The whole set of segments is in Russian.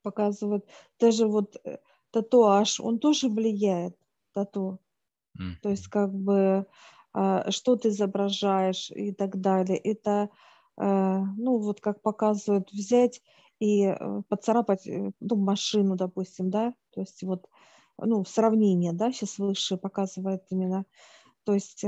показывают. Даже вот татуаж, он тоже влияет, тату. То есть как бы что ты изображаешь и так далее. Это, ну вот как показывают, взять и поцарапать ну, машину, допустим, да, то есть вот, ну, сравнение, да, сейчас выше показывает именно, то есть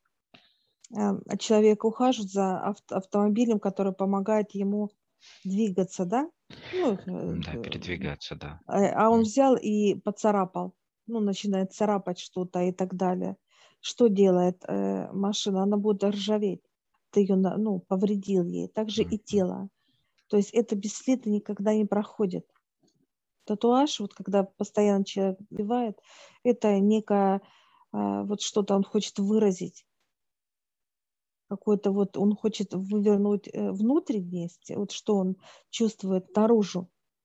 человек ухаживает за автомобилем, который помогает ему двигаться, да, ну, Да, передвигаться, да. а он взял и поцарапал, ну, начинает царапать что-то и так далее. Что делает машина? Она будет ржаветь. Ты ее, ну, повредил ей. Также и тело. То есть это бесследно никогда не проходит. Татуаж, вот когда постоянно человек убивает, это некое вот что-то он хочет выразить. Какой-то вот он хочет вывернуть внутренность, вот что он чувствует наружу.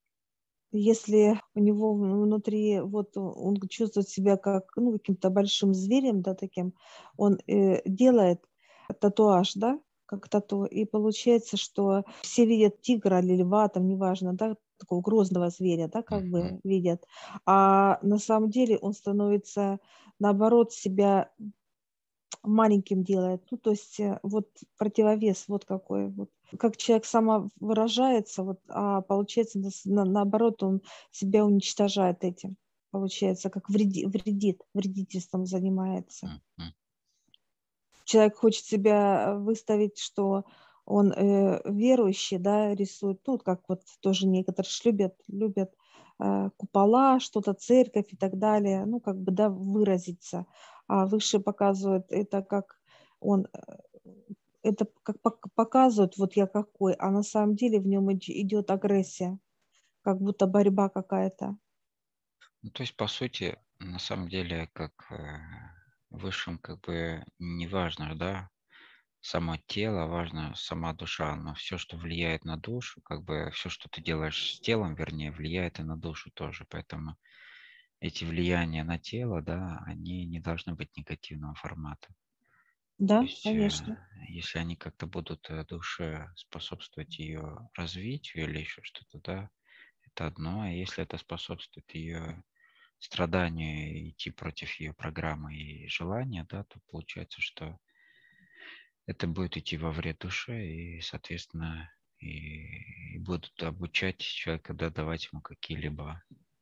Если у него внутри вот он чувствует себя как ну, каким-то большим зверем, да, таким, он делает татуаж, да, как тату, и получается, что все видят тигра или льва, там, неважно, да, такого грозного зверя, да, как бы видят, а на самом деле он становится, наоборот, себя маленьким делает. Ну, то есть вот противовес вот какой вот. Как человек самовыражается, вот, а получается наоборот он себя уничтожает этим. Получается, как вредительством занимается. Человек хочет себя выставить, что он верующий, да, рисует, ну, как вот тоже некоторые любят купола, что-то, церковь и так далее, ну, как бы, да, выразиться. А выше показывают это как он, это как показывают, вот я какой, а на самом деле в нем идет агрессия, как будто борьба какая-то. Ну, то есть, по сути, на самом деле, как высшим, как бы, не важно, да, само тело, важно сама душа, но все, что влияет на душу, как бы все, что ты делаешь с телом, вернее, влияет и на душу тоже. Поэтому эти влияния на тело, да, они не должны быть негативного формата. То Да, есть, конечно. если они как-то будут душе способствовать ее развитию или еще что-то, да, это одно. А если это способствует ее страданию и идти против ее программы и желания, да, то получается, что это будет идти во вред душе и, соответственно, и будут обучать человека, да, давать ему какие-либо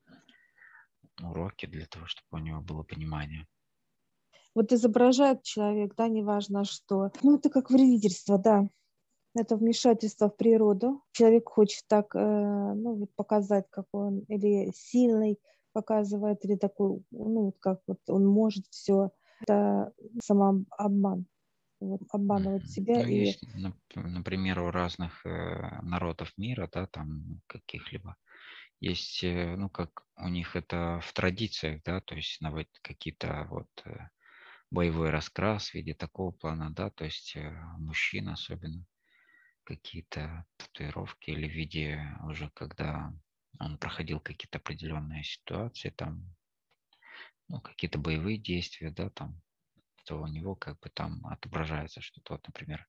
уроки для того, чтобы у него было понимание. Вот изображает человек, да, неважно что. Ну, это как вредительство, да. Это вмешательство в природу. Человек хочет так, ну, вот показать, какой он, или сильный показывает, или такой, ну, вот как вот он может все. Это самообман. Вот, обманывать себя Ну, и есть, например, у разных народов мира, да, там каких-либо, есть, ну, как у них это в традициях, да, то есть наводить какие-то вот боевой раскрас в виде такого плана, да, то есть мужчин особенно какие-то татуировки или в виде уже когда он проходил какие-то определенные ситуации, там, ну, какие-то боевые действия, да, там, то у него как бы там отображается что-то, вот, например,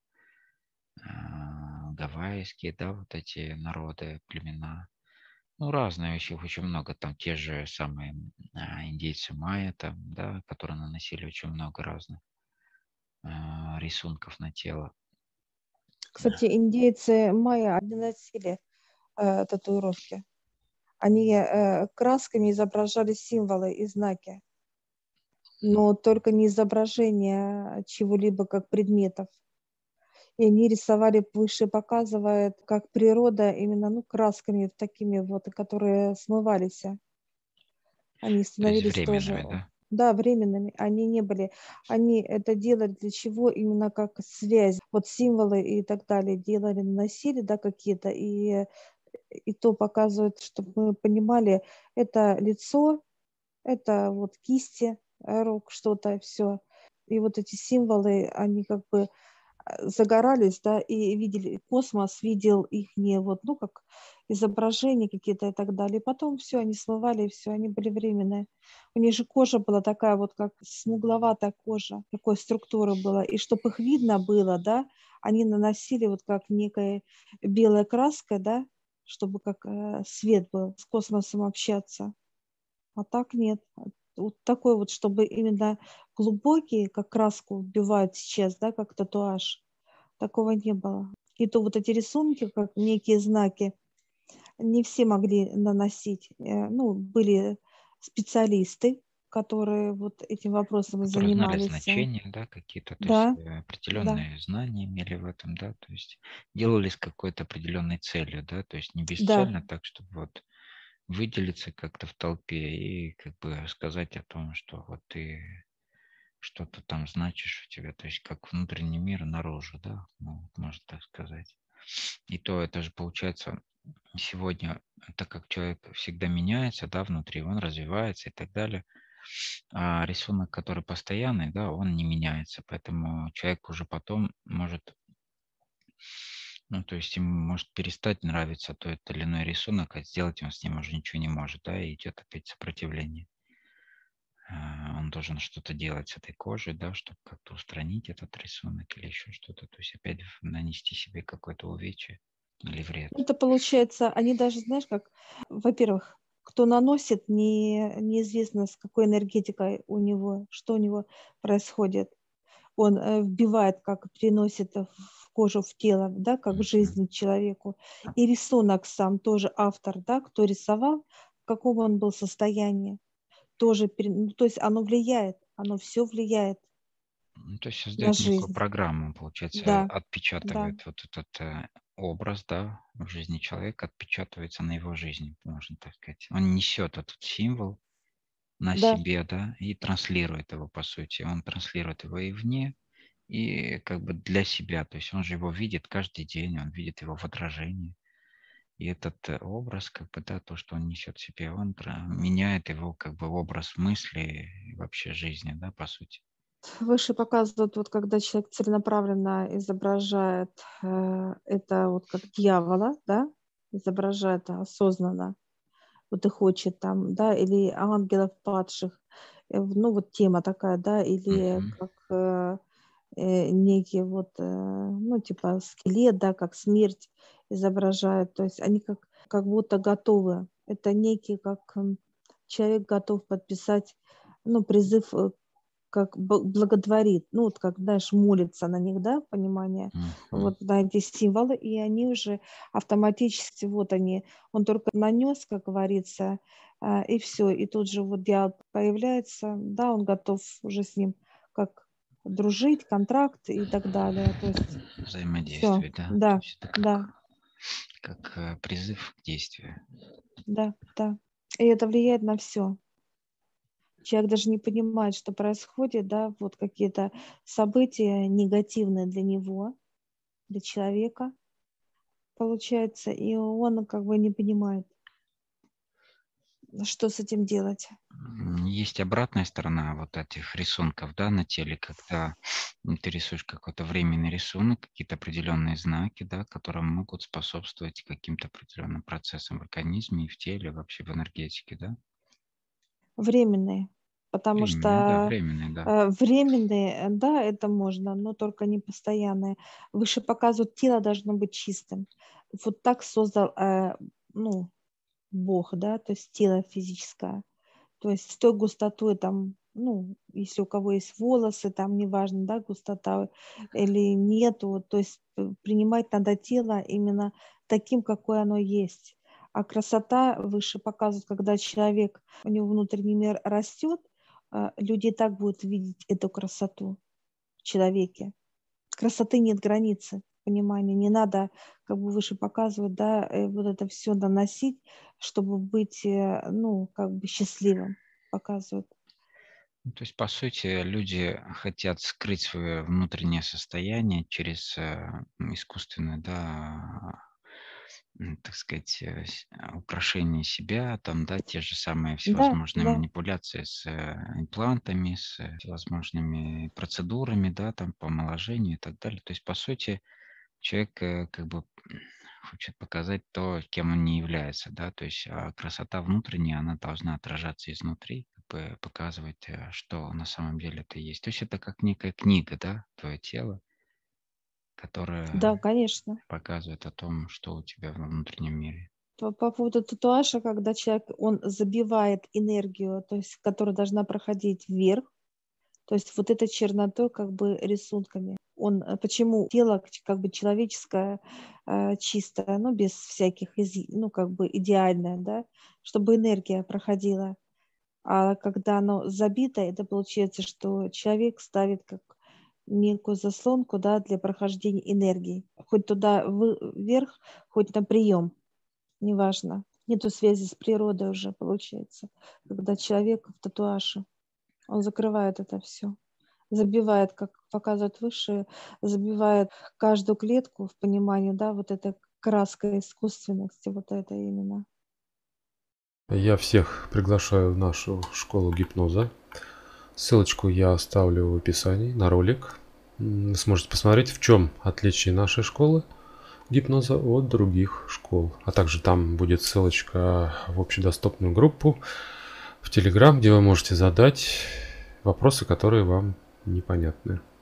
гавайские, да, вот эти народы, племена, ну, разные, их очень много, там те же самые индейцы майя, там, да, которые наносили очень много разных рисунков на тело. кстати, индейцы майя, они носили татуировки. Они красками изображали символы и знаки, но только не изображение чего-либо как предметов. И они рисовали, выше показывает, как природа именно, ну, красками такими вот, которые смывались. Они То есть становились тоже, временными, да? да, временными. Они не были, они это делали для чего? Именно как связь. Вот символы и так далее делали, наносили, да, какие-то, и то показывает, чтобы мы понимали, это лицо, это вот кисти, рук, что-то, все. И вот эти символы, они как бы загорались, да, и видели, космос видел их не вот, ну, как изображения какие-то и так далее. И потом все, они смывали, все, они были временные. У них же кожа была такая вот, как смугловатая кожа, такой структуры была. И чтобы их видно было, да, они наносили вот как некая белая краска, да, чтобы как свет был, с космосом общаться. А так нет. Вот такой вот, чтобы именно глубокий, как краску вбивают сейчас, да, как татуаж, такого не было. И то вот эти рисунки, как некие знаки, не все могли наносить. Ну, были специалисты, которые вот этим вопросом Которые знали занимались. значения, да, какие-то, то есть Да, да, определенные знания имели в этом, да, то есть делали с какой-то определенной целью, да, то есть не да. бесцельно так, чтобы вот выделиться как-то в толпе и как бы сказать о том, что вот ты что-то там значишь у тебя, то есть как внутренний мир наружу, да, ну, вот можно так сказать. И то это же получается сегодня, так как человек всегда меняется, да, внутри, он развивается и так далее, а рисунок, который постоянный, да, он не меняется, поэтому человек уже потом может, ну, то есть ему может перестать нравиться тот или иной рисунок, а сделать он с ним уже ничего не может, да, и идет опять сопротивление. Он должен что-то делать с этой кожей, да, чтобы как-то устранить этот рисунок или еще что-то, то есть опять нанести себе какое-то увечье или вред. Это получается, они даже, знаешь, как, во-первых, кто наносит, неизвестно, с какой энергетикой у него, что у него происходит. Он вбивает, как приносит в кожу, в тело, да, как Мгм. жизнь человеку. И рисунок сам тоже автор, да, кто рисовал, в каком он был состоянии, тоже, ну, то есть оно влияет, оно все влияет Ну, то есть на создает некую жизнь. программу, получается, Да, да. отпечатывает вот этот образ, да, в жизни человека, отпечатывается на его жизни, можно так сказать. Он несет этот символ на Да, себе, да, и транслирует его, по сути. Он транслирует его и вне, и как бы для себя. То есть он же его видит каждый день, он видит его в отражении. И этот образ, как бы, да, то, что он несет в себе, он меняет его, как бы, образ мысли и вообще жизни, да, по сути. выше показывают, вот когда человек целенаправленно изображает это вот как дьявола, да, изображает осознанно, вот и хочет там, да, или ангелов падших, ну вот тема такая, да, или Мгм. как некий вот, ну типа скелет, да, как смерть изображают, то есть они как будто готовы. Это некий, как человек готов подписать, ну, призыв как благотворит, ну, вот как, знаешь, молится на них, да, понимание, Мгм. вот на эти символы, и они уже автоматически, вот они, он только нанес, как говорится, и все, и тут же вот дьявол появляется, да, он готов уже с ним как дружить, контракт и так далее, то есть все, Взаимодействие, да. То да, есть это да, как призыв к действию. да, да, и это влияет на все. Человек даже не понимает, что происходит, да, вот какие-то события негативные для него, для человека, получается, и он как бы не понимает, что с этим делать. Есть обратная сторона вот этих рисунков, да, на теле, когда ты рисуешь какой-то временный рисунок, какие-то определенные знаки, да, которые могут способствовать каким-то определенным процессам в организме и в теле, вообще в энергетике, да. Временные, потому Временные, да, что временные, да. временные, да, это можно, но только не постоянные. Выше показывают, тело должно быть чистым. Вот так создал, ну, Бог, да, то есть тело физическое. То есть с той густотой там, ну, если у кого есть волосы, там неважно, да, густота или нету, то есть принимать надо тело именно таким, какое оно есть. А красота выше показывает, когда человек, у него внутренний мир растет, люди и так будут видеть эту красоту в человеке. Красоты нет границы, понимания. Не надо, как бы выше показывать, да, вот это все наносить, чтобы быть, ну, как бы счастливым, показывают. Ну, то есть, по сути, люди хотят скрыть свое внутреннее состояние через искусственное, да, так сказать, украшение себя, там, да, те же самые Да, всевозможные да, манипуляции с имплантами, с всевозможными процедурами, да, там, по омоложению и так далее. То есть, по сути, человек как бы хочет показать то, кем он не является, да, то есть красота внутренняя, она должна отражаться изнутри, как бы показывать, что на самом деле это есть. То есть это как некая книга, да, твое тело, которая да, конечно. показывает о том, что у тебя во внутреннем мире. по поводу татуажа, когда человек, он забивает энергию, то есть, которая должна проходить вверх, то есть вот этой чернотой, как бы рисунками. Почему тело как бы человеческое, чистое, ну, без всяких, ну, как бы идеальное, да, чтобы энергия проходила. А когда оно забито, это получается, что человек ставит как некую заслонку, да, для прохождения энергии. Хоть туда вверх, хоть на прием, неважно. Нету связи с природой уже, получается. Когда человек в татуаже, он закрывает это все. Забивает, как показывают выше, забивает каждую клетку в понимании, да, вот эта краска искусственности, вот это именно. Я всех приглашаю в нашу школу гипноза. Ссылочку я оставлю в описании на ролик. Вы сможете посмотреть, в чем отличие нашей школы гипноза от других школ. А также там будет ссылочка в общедоступную группу в Telegram, где вы можете задать вопросы, которые вам непонятны.